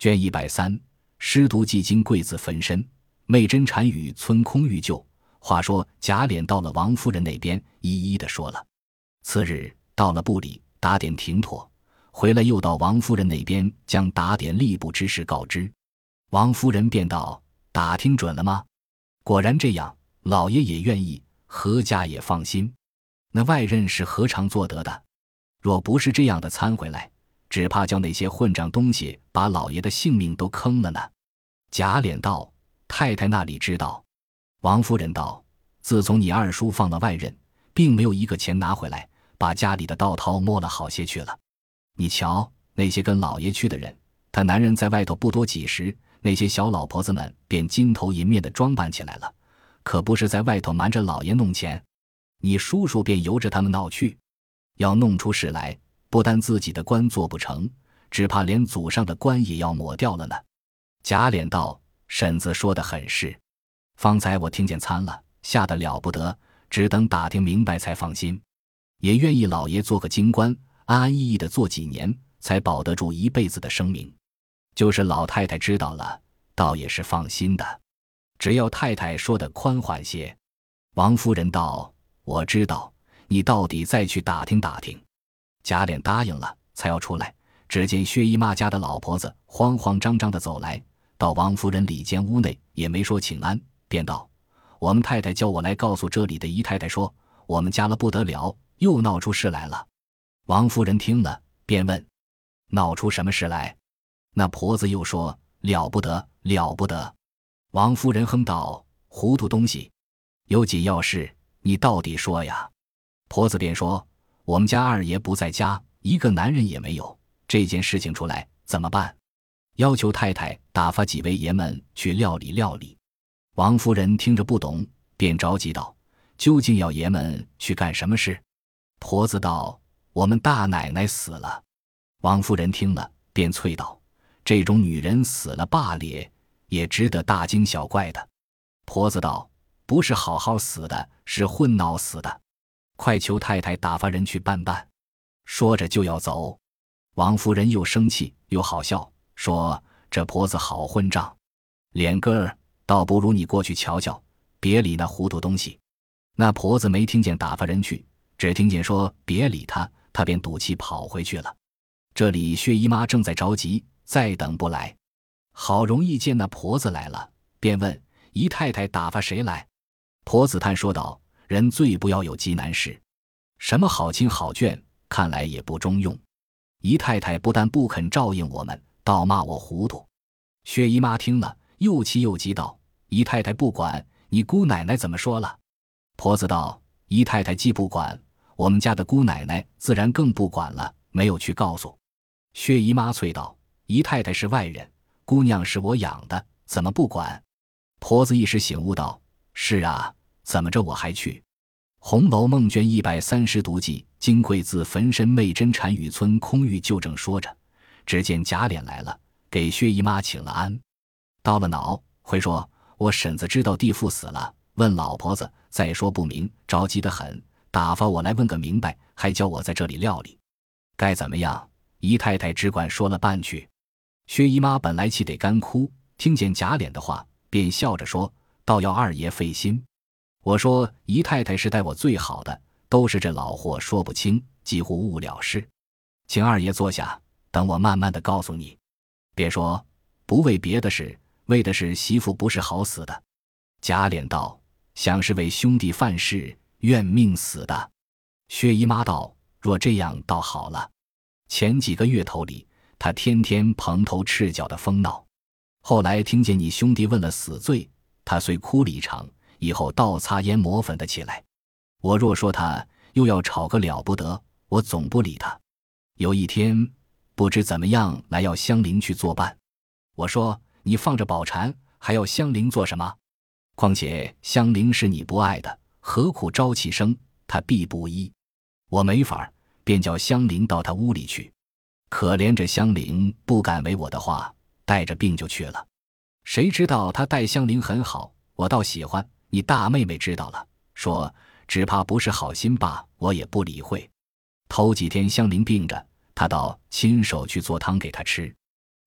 卷130，师徒既经贵子焚身，昧真禅语村空欲救。话说贾琏到了王夫人那边，一一的说了。次日到了部里，打点停妥，回来又到王夫人那边，将打点吏部之事告知。王夫人便道：打听准了吗？果然这样，老爷也愿意，何家也放心。那外任是何尝做得的？若不是这样的参回来，只怕叫那些混账东西把老爷的性命都坑了呢。贾琏道：太太那里知道？王夫人道：自从你二叔放了外任，并没有一个钱拿回来，把家里的道涛摸了好些去了。你瞧那些跟老爷去的人，他男人在外头不多几时，那些小老婆子们便金头银面的装扮起来了，可不是在外头瞒着老爷弄钱。你叔叔便由着他们闹去，要弄出事来，不但自己的官做不成，只怕连祖上的官也要抹掉了呢。贾琏道：婶子说得很是，方才我听见参了，吓得了不得，只等打听明白才放心。也愿意老爷做个京官，安安逸逸的做几年，才保得住一辈子的声名。就是老太太知道了，倒也是放心的，只要太太说得宽缓些。王夫人道：我知道，你到底再去打听打听。贾琏答应了，才要出来，只见薛姨妈家的老婆子慌慌张张地走来，到王夫人里间屋内，也没说请安，便道：我们太太叫我来告诉这里的姨太太说，我们家了不得了，又闹出事来了。王夫人听了，便问：闹出什么事来？那婆子又说：了不得，了不得。王夫人哼道：糊涂东西，有紧要事，你到底说呀。婆子便说：我们家二爷不在家，一个男人也没有，这件事情出来怎么办？要求太太打发几位爷们去料理料理。王夫人听着不懂，便着急道：究竟要爷们去干什么事？婆子道：我们大奶奶死了。王夫人听了，便啐道：这种女人死了罢了，也值得大惊小怪的。婆子道：不是好好死的，是混闹死的，快求太太打发人去办办。说着就要走。王夫人又生气又好笑，说：这婆子好混账，脸根儿倒不如你过去瞧瞧，别理那糊涂东西。那婆子没听见打发人去，只听见说别理他，他便赌气跑回去了。这里薛姨妈正在着急，再等不来，好容易见那婆子来了，便问姨太太打发谁来。婆子叹说道：人最不要有极难事，什么好亲好眷，看来也不中用。姨太太不但不肯照应我们，倒骂我糊涂。薛姨妈听了，又气又急道：姨太太不管，你姑奶奶怎么说了？婆子道：姨太太既不管，我们家的姑奶奶自然更不管了，没有去告诉。薛姨妈啐道：姨太太是外人，姑娘是我养的，怎么不管？婆子一时醒悟道：是啊，怎么着我还去？《红楼梦》卷130读记，金匮自焚身昧真禅语村空欲就正说着，只见贾琏来了，给薛姨妈请了安。到了脑回说：我婶子知道弟妇死了，问老婆子，再说不明，着急得很，打发我来问个明白，还叫我在这里料理，该怎么样？姨太太只管说了办去。薛姨妈本来气得干哭，听见贾琏的话，便笑着说：倒要二爷费心。我说姨太太是待我最好的，都是这老货说不清，几乎误了事。请二爷坐下，等我慢慢的告诉你。别说，不为别的事，为的是媳妇不是好死的。贾琏道：想是为兄弟犯事，怨命死的。薛姨妈道：若这样倒好了。前几个月头里，他天天蓬头赤脚的疯闹，后来听见你兄弟问了死罪，他虽哭了一场，以后倒擦烟抹粉的起来。我若说他，又要吵个了不得，我总不理他。有一天不知怎么样来要香菱去作伴，我说你放着宝蟾，还要香菱做什么？况且香菱是你不爱的，何苦招气生，他必不依。我没法，便叫香菱到他屋里去。可怜着香菱不敢违我的话，带着病就去了。谁知道他待香菱很好，我倒喜欢。你大妹妹知道了，说只怕不是好心罢，我也不理会。头几天香菱病着，他倒亲手去做汤给她吃。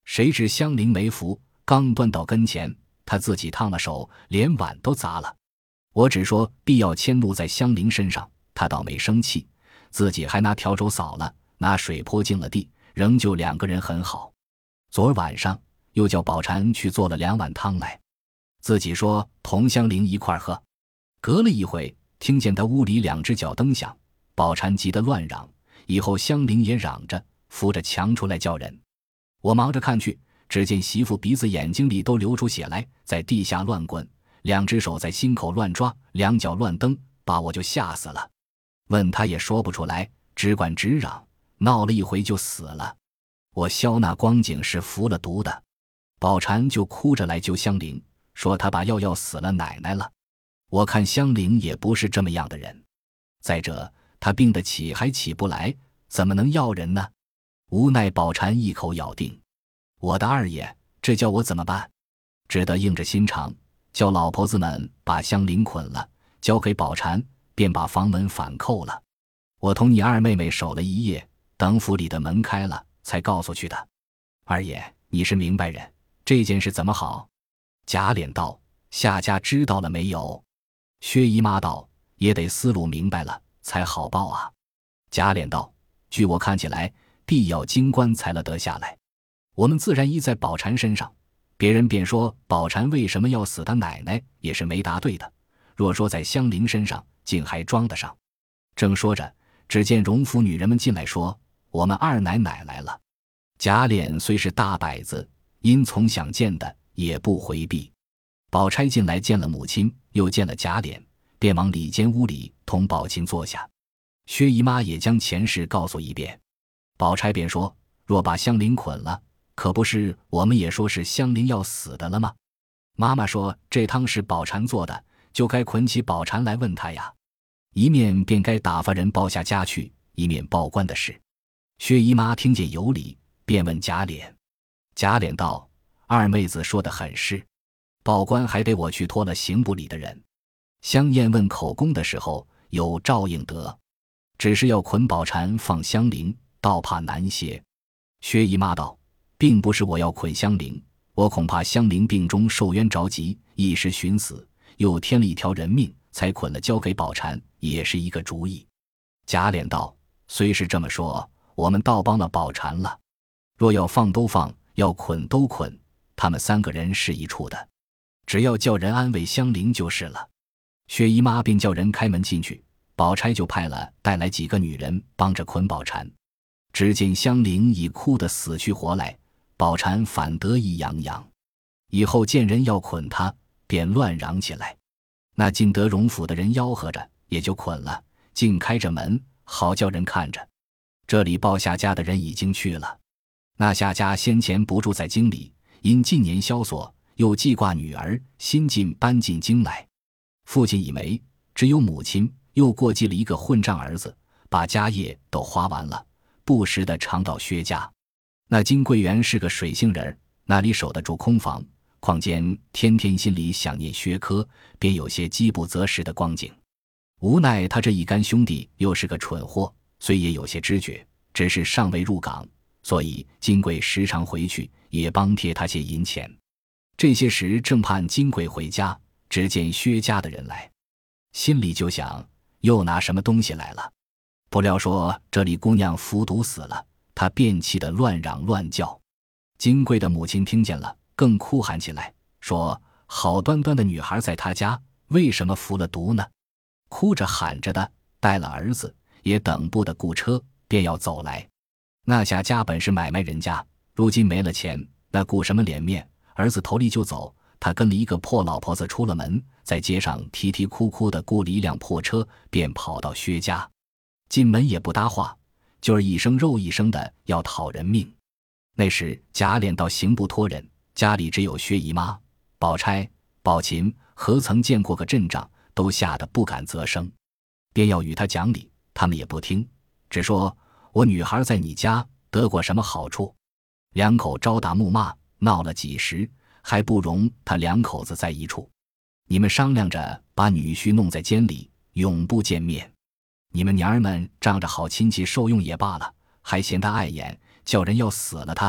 谁知香菱没福，刚端到跟前，他自己烫了手，连碗都砸了。我只说必要迁怒在香菱身上，他倒没生气，自己还拿笤帚扫了，拿水泼净了地，仍旧2个人很好。昨儿晚上又叫宝蟾去做了2碗汤来，自己说同香菱一块喝。隔了一会，听见他屋里2只脚蹬响，宝蟾急得乱嚷，以后香菱也嚷着扶着墙出来叫人。我忙着看去，只见媳妇鼻子眼睛里都流出血来，在地下乱滚，2只手在心口乱抓，2脚乱蹬，把我就吓死了。问他也说不出来，只管直嚷，闹了一回就死了。我消那光景是服了毒的。宝蟾就哭着来救香菱，说他把药死了奶奶了。我看香菱也不是这么样的人，再者他病得起还起不来，怎么能要人呢？无奈宝蟾一口咬定，我的二爷，这叫我怎么办？只得硬着心肠，叫老婆子们把香菱捆了，交给宝蟾，便把房门反扣了。我同你二妹妹守了一夜，等府里的门开了，才告诉去的。二爷，你是明白人，这件事怎么好？贾琏道：下家知道了没有？薛姨妈道：也得思路明白了才好报啊。贾琏道：据我看起来，必要经棺才了得下来。我们自然依在宝蟾身上，别人便说宝蟾为什么要死他奶奶，也是没答对的。若说在香菱身上，竟还装得上。正说着，只见荣府女人们进来说：我们二奶奶来了。贾琏虽是大摆子，因从想见的也不回避。宝钗进来见了母亲，又见了贾琏，便往里间屋里同宝琴坐下。薛姨妈也将前事告诉一遍。宝钗便说：若把香菱捆了，可不是我们也说是香菱要死的了吗？妈妈说这汤是宝蟾做的，就该捆起宝蟾来问他呀。一面便该打发人报下家去，一面报官的事。薛姨妈听见有理，便问贾琏。贾琏道：二妹子说得很是，报官还得我去托了刑部里的人。香艳问口供的时候有照应得，只是要捆宝蟾放香菱，倒怕难些。薛姨妈道：并不是我要捆香菱，我恐怕香菱病中受冤着急，一时寻死，又添了一条人命，才捆了交给宝蟾，也是一个主意。贾琏道：虽是这么说，我们倒帮了宝蟾了。若要放都放，要捆都捆，他们3个人是一处的，只要叫人安慰香菱就是了。薛姨妈便叫人开门进去，宝钗就带来几个女人帮着捆宝蟾。只见香菱已哭得死去活来，宝蟾反得意洋洋。以后见人要捆她，便乱嚷起来。那进德荣府的人吆喝着，也就捆了，竟开着门，好叫人看着。这里报夏家的人已经去了。那夏家先前不住在京里，因近年萧索，又记挂女儿，新近搬进京来。父亲已没，只有母亲又过继了一个混账儿子，把家业都花完了，不时地常到薛家。那金桂园是个水性人，那里守得住空房，况间天天心里想念薛科，便有些饥不择食的光景。无奈他这一干兄弟又是个蠢货，虽也有些知觉，只是尚未入港，所以金桂时常回去，也帮贴他些银钱。这些时正盼金桂回家，只见薛家的人来，心里就想又拿什么东西来了。不料说这里姑娘服毒死了，他便气得乱嚷乱叫。金桂的母亲听见了，更哭喊起来，说好端端的女孩在他家，为什么服了毒呢？哭着喊着的带了儿子，也等不得雇车，便要走来。那夏家本是买卖人家，如今没了钱，那顾什么脸面？儿子头里就走，他跟了一个破老婆子出了门，在街上啼啼哭哭的雇了一辆破车，便跑到薛家。进门也不搭话，就是一声肉一声的要讨人命。那时贾琏到刑部托人，家里只有薛姨妈、宝钗、宝琴，何曾见过个阵仗，都吓得不敢啧声。便要与他讲理，他们也不听，只说我女孩在你家得过什么好处？两口招打怒骂，闹了几时，还不容他两口子在一处。你们商量着把女婿弄在监里，永不见面。你们娘儿们仗着好亲戚受用也罢了，还嫌他碍眼，叫人要死了他，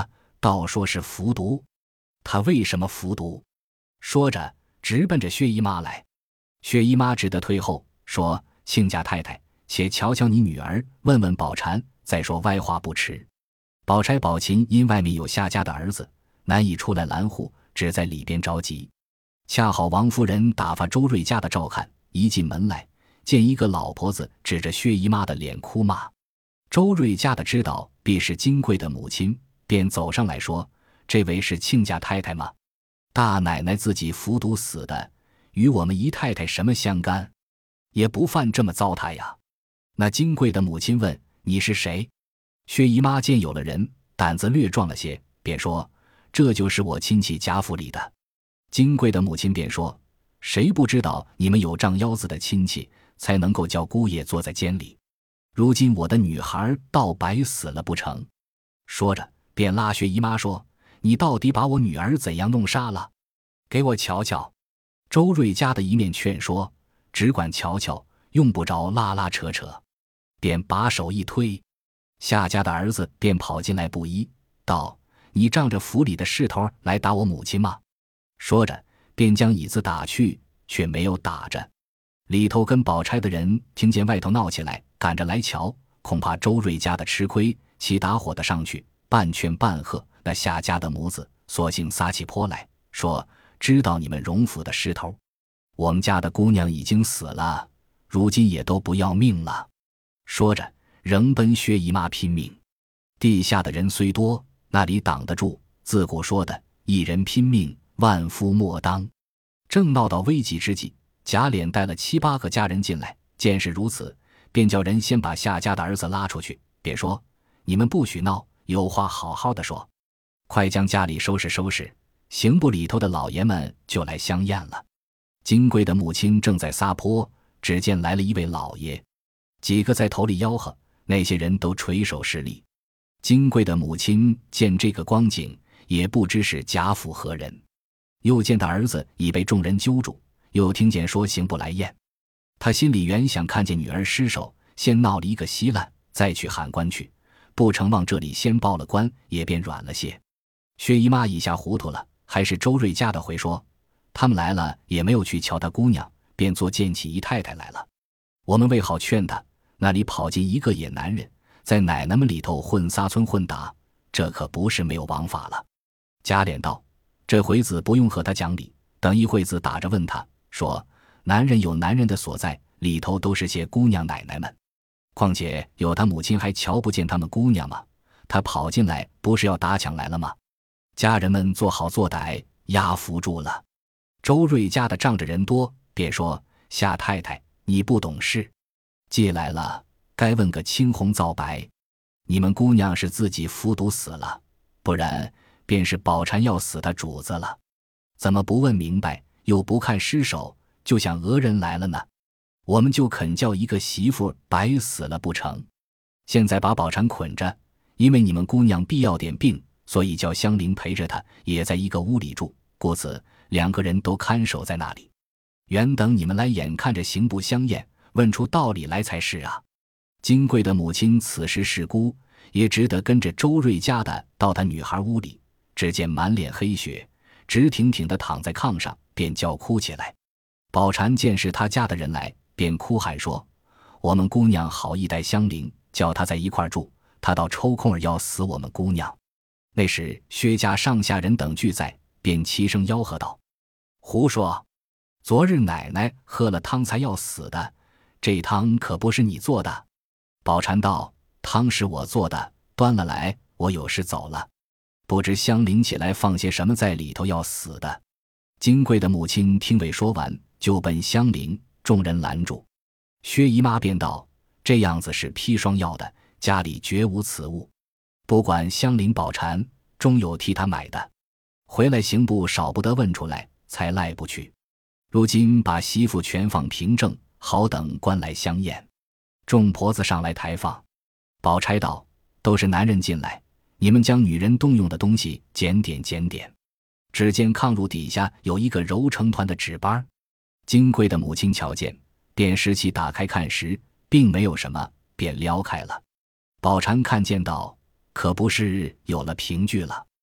倒说是服毒。他为什么服毒？说着直奔着薛姨妈来。薛姨妈只得退后，说：亲家太太，且瞧瞧你女儿，问问宝钗，再说歪话不迟。宝钗、宝琴因外面有夏家的儿子，难以出来拦护，只在里边着急。恰好王夫人打发周瑞家的照看，一进门来，见一个老婆子指着薛姨妈的脸哭骂。周瑞家的知道必是金贵的母亲，便走上来说：这位是亲家太太吗？大奶奶自己服毒死的，与我们姨太太什么相干？也不犯这么糟蹋呀。那金贵的母亲问：你是谁？薛姨妈见有了人，胆子略壮了些，便说：这就是我亲戚贾府里的。金贵的母亲便说：谁不知道你们有仗腰子的亲戚，才能够叫姑爷坐在监里，如今我的女孩倒白死了不成？说着便拉薛姨妈说：你到底把我女儿怎样弄杀了？给我瞧瞧。周瑞家的一面劝说，只管瞧瞧，用不着拉拉扯扯，便把手一推。夏家的儿子便跑进来不依，道：你仗着府里的势头来打我母亲吗？说着便将椅子打去，却没有打着。里头跟宝钗的人听见外头闹起来，赶着来瞧，恐怕周瑞家的吃亏，其打火的上去，半劝半喝。那夏家的母子索性撒起泼来，说：知道你们荣府的势头，我们家的姑娘已经死了，如今也都不要命了。说着仍奔薛姨妈拼命。地下的人虽多，那里挡得住？自古说的一人拼命，万夫莫当。正闹到危急之际，贾琏带了7、8个家人进来，见是如此，便叫人先把夏家的儿子拉出去，便说：你们不许闹，有话好好的说，快将家里收拾收拾，刑部里头的老爷们就来相验了。金贵的母亲正在撒泼，只见来了一位老爷，几个在头里吆喝，那些人都垂手施礼。金贵的母亲见这个光景，也不知是贾府何人，又见他儿子已被众人揪住，又听见说刑部来验，他心里原想看见女儿失手，先闹了一个稀烂，再去喊官去，不成往这里先报了官，也便软了些。薛姨妈一下糊涂了，还是周瑞家的回说：他们来了也没有去瞧他姑娘，便做见起姨太太来了。我们为好劝他，那里跑进一个野男人，在奶奶们里头混撒村混打，这可不是没有王法了。贾琏道：这回子不用和他讲理，等一会子打着问他，说男人有男人的所在，里头都是些姑娘奶奶们，况且有他母亲还瞧不见他们姑娘吗？他跑进来不是要打抢来了吗？家人们做好做歹，压服住了。周瑞家的仗着人多，便说：夏太太，你不懂事，既来了，该问个青红皂白。你们姑娘是自己服毒死了，不然便是宝钗要死他主子了，怎么不问明白，又不看尸首，就想讹人来了呢？我们就肯叫一个媳妇白死了不成？现在把宝钗捆着，因为你们姑娘必要点病，所以叫香菱陪着她，也在一个屋里住，故此2个人都看守在那里，原等你们来眼看着刑部相验，问出道理来才是啊。金贵的母亲此时是孤，也只得跟着周瑞家的到他女孩屋里，只见满脸黑血，直挺挺地躺在炕上，便叫哭起来。宝钗见是他家的人来，便哭喊说：我们姑娘好意待香菱，叫她在一块住，她倒抽空儿要死我们姑娘。那时薛家上下人等俱在，便齐声吆喝道：胡说！昨日奶奶喝了汤才要死的，这汤可不是你做的。宝钗道：汤是我做的，端了来，我有事走了，不知香菱起来放些什么在里头要死的。金贵的母亲听未说完，就奔香菱，众人拦住。薛姨妈便道：这样子是砒霜药的，家里绝无此物，不管香菱宝钗，终有替他买的，回来刑部少不得问出来，才赖不去。如今把媳妇全放凭证，好等官来相验。众婆子上来抬放。宝钗道：都是男人进来，你们将女人动用的东西检点检点。只见炕褥底下有一个揉成团的纸斑，金贵的母亲瞧见，便拾起打开看时，并没有什么，便撩开了。宝钗看见道：可不是有了凭据了。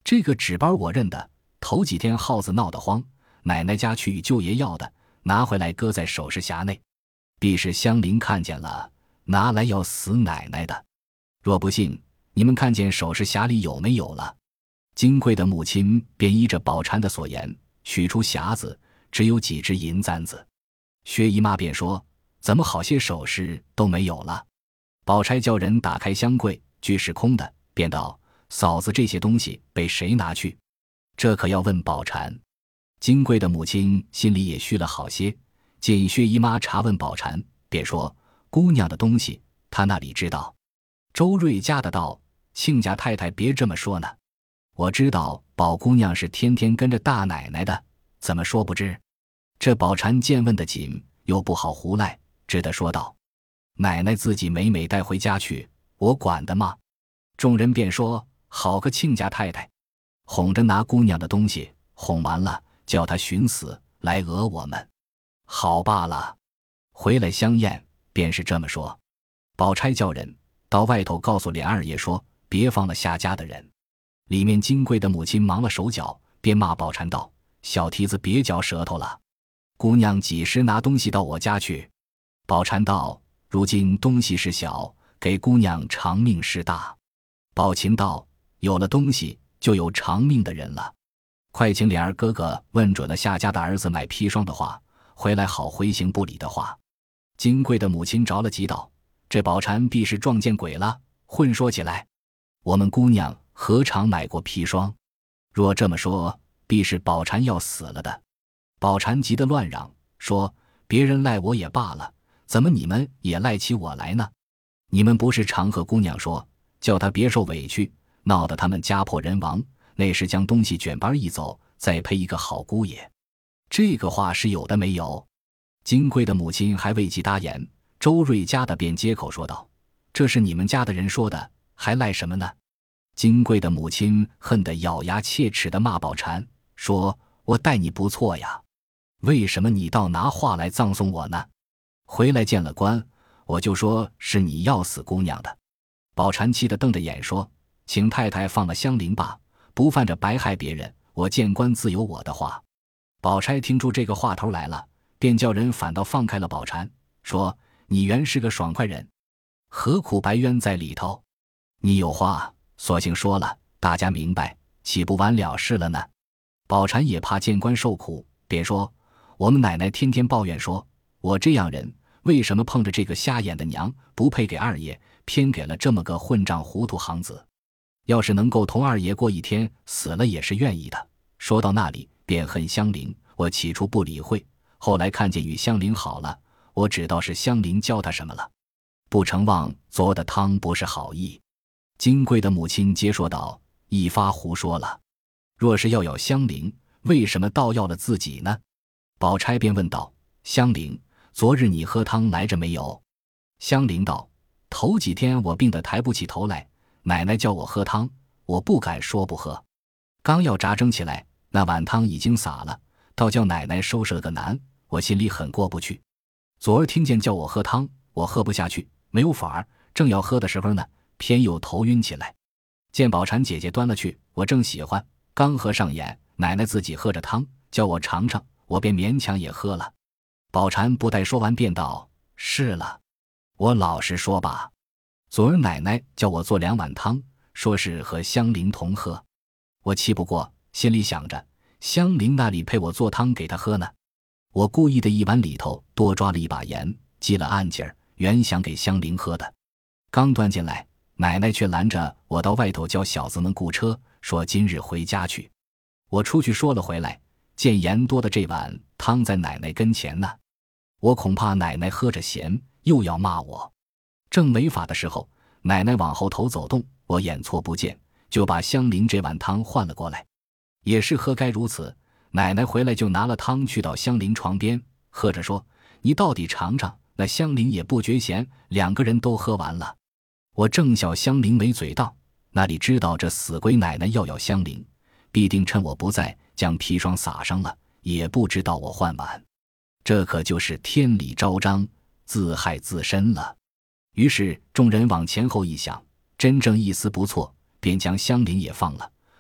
这个纸包我认得，头几天耗子闹得慌，奶奶家去与舅爷要的，拿回来搁在首饰匣内。必是香菱看见了，拿来要死奶奶的。若不信，你们看见首饰匣里有没有了？金贵的母亲便依着宝钗的所言，取出匣子，只有几只银簪子。薛姨妈便说：怎么好些首饰都没有了？宝钗叫人打开箱柜，俱是空的，便道：嫂子，这些东西被谁拿去？这可要问宝钗。金贵的母亲心里也虚了好些，见薛姨妈查问宝钗，便说：姑娘的东西她那里知道？周瑞家的道：亲家太太别这么说呢，我知道宝姑娘是天天跟着大奶奶的，怎么说不知？这宝钗见问得紧，又不好胡赖，只得说道：奶奶自己每每带回家去，我管的吗？众人便说：好个亲家太太，哄着拿姑娘的东西，哄完了叫她寻死来讹我们。好罢了，回来相验便是这么说。宝钗叫人到外头告诉琏二爷说，别放了下家的人。里面金贵的母亲忙了手脚，便骂宝钗道：小蹄子别嚼舌头了，姑娘几时拿东西到我家去？宝钗道：如今东西是小，给姑娘长命是大。宝琴道：有了东西就有长命的人了，快请琏二哥哥问准了下家的儿子买砒霜的话，回来好回行不理的话。金贵的母亲着了急道：这宝钗必是撞见鬼了，混说起来，我们姑娘何尝买过砒霜？若这么说，必是宝钗要死了的。宝钗急得乱嚷，说：别人赖我也罢了，怎么你们也赖起我来呢？你们不是常和姑娘说，叫她别受委屈，闹得他们家破人亡，那时将东西卷班一走，再配一个好姑爷。这个话是有的没有？金贵的母亲还未及答言，周瑞家的便接口说道：这是你们家的人说的，还赖什么呢？金贵的母亲恨得咬牙切齿地骂宝钗，说：我待你不错呀，为什么你倒拿话来葬送我呢？回来见了官，我就说是你要死姑娘的。宝钗气得瞪着眼说：请太太放了香菱吧，不犯着白害别人，我见官自有我的话。宝钗听出这个话头来了，便叫人反倒放开了宝钗，说：你原是个爽快人，何苦白冤在里头？你有话索性说了，大家明白，岂不完了事了呢？宝钗也怕见官受苦，便说：我们奶奶天天抱怨说，我这样人为什么碰着这个瞎眼的娘，不配给二爷，偏给了这么个混账糊涂行子。要是能够同二爷过一天，死了也是愿意的。说到那里便恨香菱，我起初不理会，后来看见与香菱好了，我知道是香菱教他什么了，不成望做的汤不是好意。金贵的母亲接说道：一发胡说了，若是要咬香菱，为什么倒要了自己呢？宝钗便问道：香菱，昨日你喝汤来着没有？香菱道：头几天我病得抬不起头来，奶奶叫我喝汤，我不敢说不喝，刚要炸蒸起来，那碗汤已经洒了，倒叫奶奶收拾了个难，我心里很过不去。昨儿听见叫我喝汤，我喝不下去，没有法儿，正要喝的时候呢，偏又头晕起来。见宝钗姐姐端了去，我正喜欢，刚合上眼，奶奶自己喝着汤，叫我尝尝，我便勉强也喝了。宝钗不待说完便道：是了，我老实说吧，昨儿奶奶叫我做2碗汤，说是和香菱同喝，我气不过，心里想着香菱那里配我做汤给她喝呢，我故意的一碗里头多抓了一把盐，记了暗劲儿，原想给香菱喝的。刚端进来，奶奶却拦着我到外头叫小子们雇车，说今日回家去。我出去说了回来，见盐多的这碗汤在奶奶跟前呢，我恐怕奶奶喝着咸又要骂我。正没法的时候，奶奶往后头走动，我眼错不见，就把香菱这碗汤换了过来。也是喝该如此，奶奶回来就拿了汤去到香菱床边，喝着说：你到底尝尝。那香菱也不觉咸，2个人都喝完了。我正笑香菱没嘴当，那里知道这死鬼奶奶要香菱，必定趁我不在将砒霜撒上了，也不知道我换碗，这可就是天理昭彰，自害自身了。于是众人往前后一想，真正一丝不错，便将香菱也放了，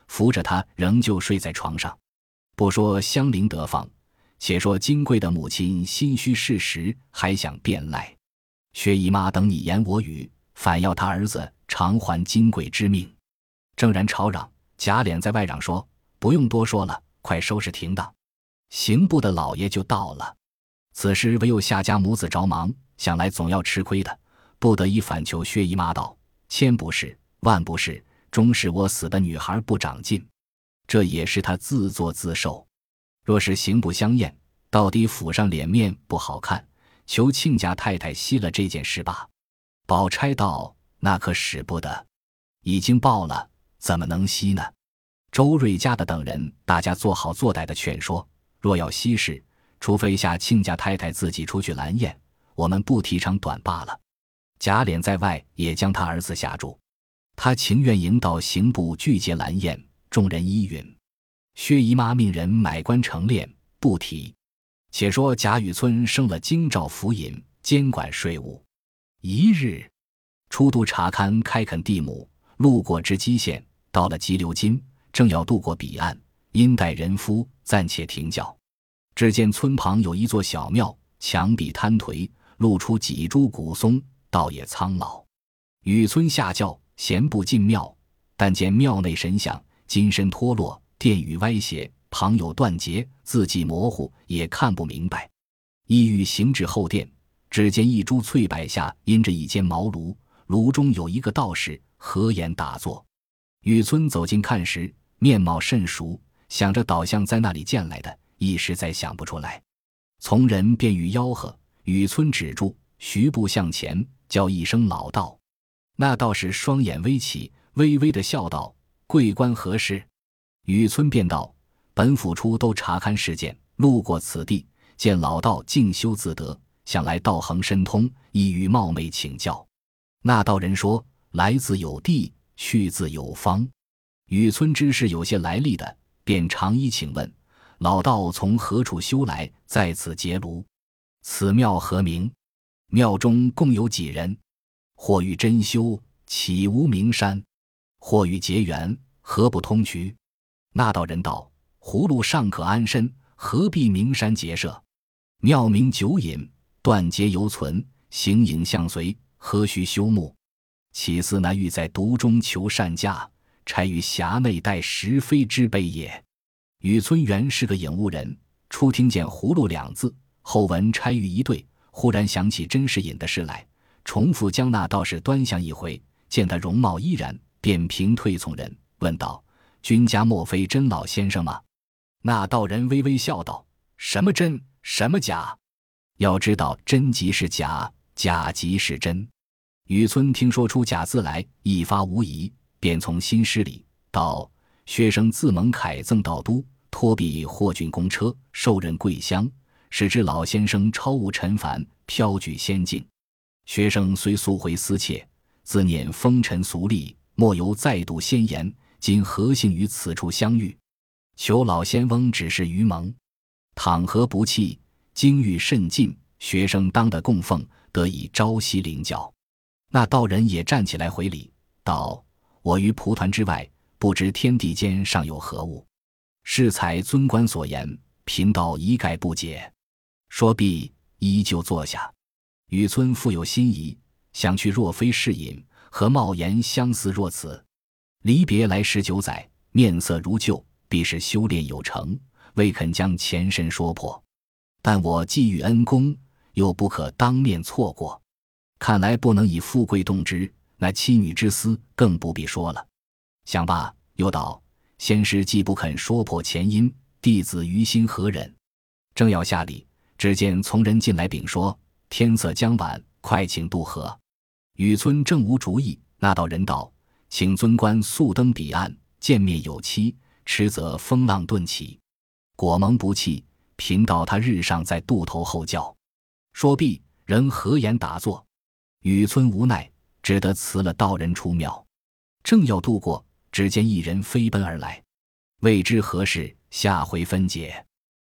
扶着他仍旧睡在床上。不说香菱得放，且说金贵的母亲心虚事实，还想变赖。薛姨妈等你言我语，反要他儿子偿还金贵之命。正然吵嚷，贾琏在外嚷说：不用多说了，快收拾停当。刑部的老爷就到了。此时唯有夏家母子着忙，想来总要吃亏的，不得已反求薛姨妈道：千不是万不是，终是我死的女孩不长进，这也是她自作自受。若是刑不相验，到底府上脸面不好看，求亲家太太息了这件事吧。宝钗道：那可使不得，已经报了，怎么能息呢？周瑞家的等人大家做好做歹的劝说，若要息事，除非下亲家太太自己出去拦宴，我们不提长短罢了。贾琏在外也将他儿子吓住，他情愿迎到刑部拒结拦宴，众人依允。薛姨妈命人买官成殓，不提。且说贾雨村升了京兆府尹，监管税务。一日，出督查勘开垦地亩，路过知稽县，到了急流津，正要渡过彼岸，因待人夫，暂且停脚。只见村旁有一座小庙，墙壁坍颓，露出几株古松，倒也苍老。雨村下轿，闲步进庙，但见庙内神像金身脱落，殿宇歪斜，旁有断节，字迹模糊，也看不明白。意欲行至后殿，只见一株翠柏下阴着一间茅庐，炉中有一个道士合眼打坐。雨村走近看时，面貌甚熟，想着倒像在那里见来的，一时再想不出来。从人便欲吆喝，雨村止住，徐步向前，叫一声老道。那道士双眼微起，微微的笑道：贵官何事？雨村便道：本府初都查勘事件，路过此地，见老道静修自得，想来道行深通，意欲冒昧请教。那道人说：来自有地，去自有方。雨村知是有些来历的，便长揖请问：老道从何处修来，在此结庐？此庙何名？庙中共有几人？或欲真修，岂无名山？或欲结缘，何不通衢？那道人道：葫芦尚可安身，何必名山结社？庙名久隐，断节犹存，形影相随，何须修墓？岂似那欲在独中求善价，差于匣内带石非之辈也。雨村原是个颖悟人，初听见葫芦两字，后闻差于一对，忽然想起真是引的事来，重复将那道士端详一回，见他容貌依然，便平退从人，问道：君家莫非真老先生吗？那道人微微笑道：什么真，什么假？要知道真即是假，假即是真。雨村听说出假字来，一发无疑，便从新诗里道：学生自蒙凯赠道都，托庇霍郡公车，受任桂乡，使之老先生超无尘凡，飘举仙境。学生虽速回思切，自念风尘俗丽，莫由再度仙言，今何幸于此处相遇？求老仙翁指示于蒙，倘何不弃，经遇甚尽，学生当得供奉，得以朝夕领教。那道人也站起来回礼道：我于蒲团之外，不知天地间尚有何物，适采尊官所言，贫道一概不解。说毕，依旧坐下。雨村复有心疑，想去若非是隐，和茂言相似若此。离别来19载，面色如旧，必是修炼有成，未肯将前身说破。但我既遇恩公，又不可当面错过，看来不能以富贵动之，那妻女之私更不必说了。想罢，又道：先师既不肯说破前因，弟子于心何忍？正要下礼，只见从人进来禀说：天色将晚，快请渡河。雨村正无主意，那道人道：请尊官速登彼岸，见面有期，迟则风浪顿起。果蒙不弃，贫道他日上在渡头候教。说毕，仍合眼打坐。雨村无奈，只得辞了道人出庙。正要渡过，只见一人飞奔而来，未知何事，下回分解。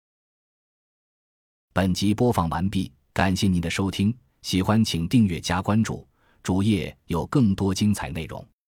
本集播放完毕，感谢您的收听，喜欢请订阅加关注，主页有更多精彩内容。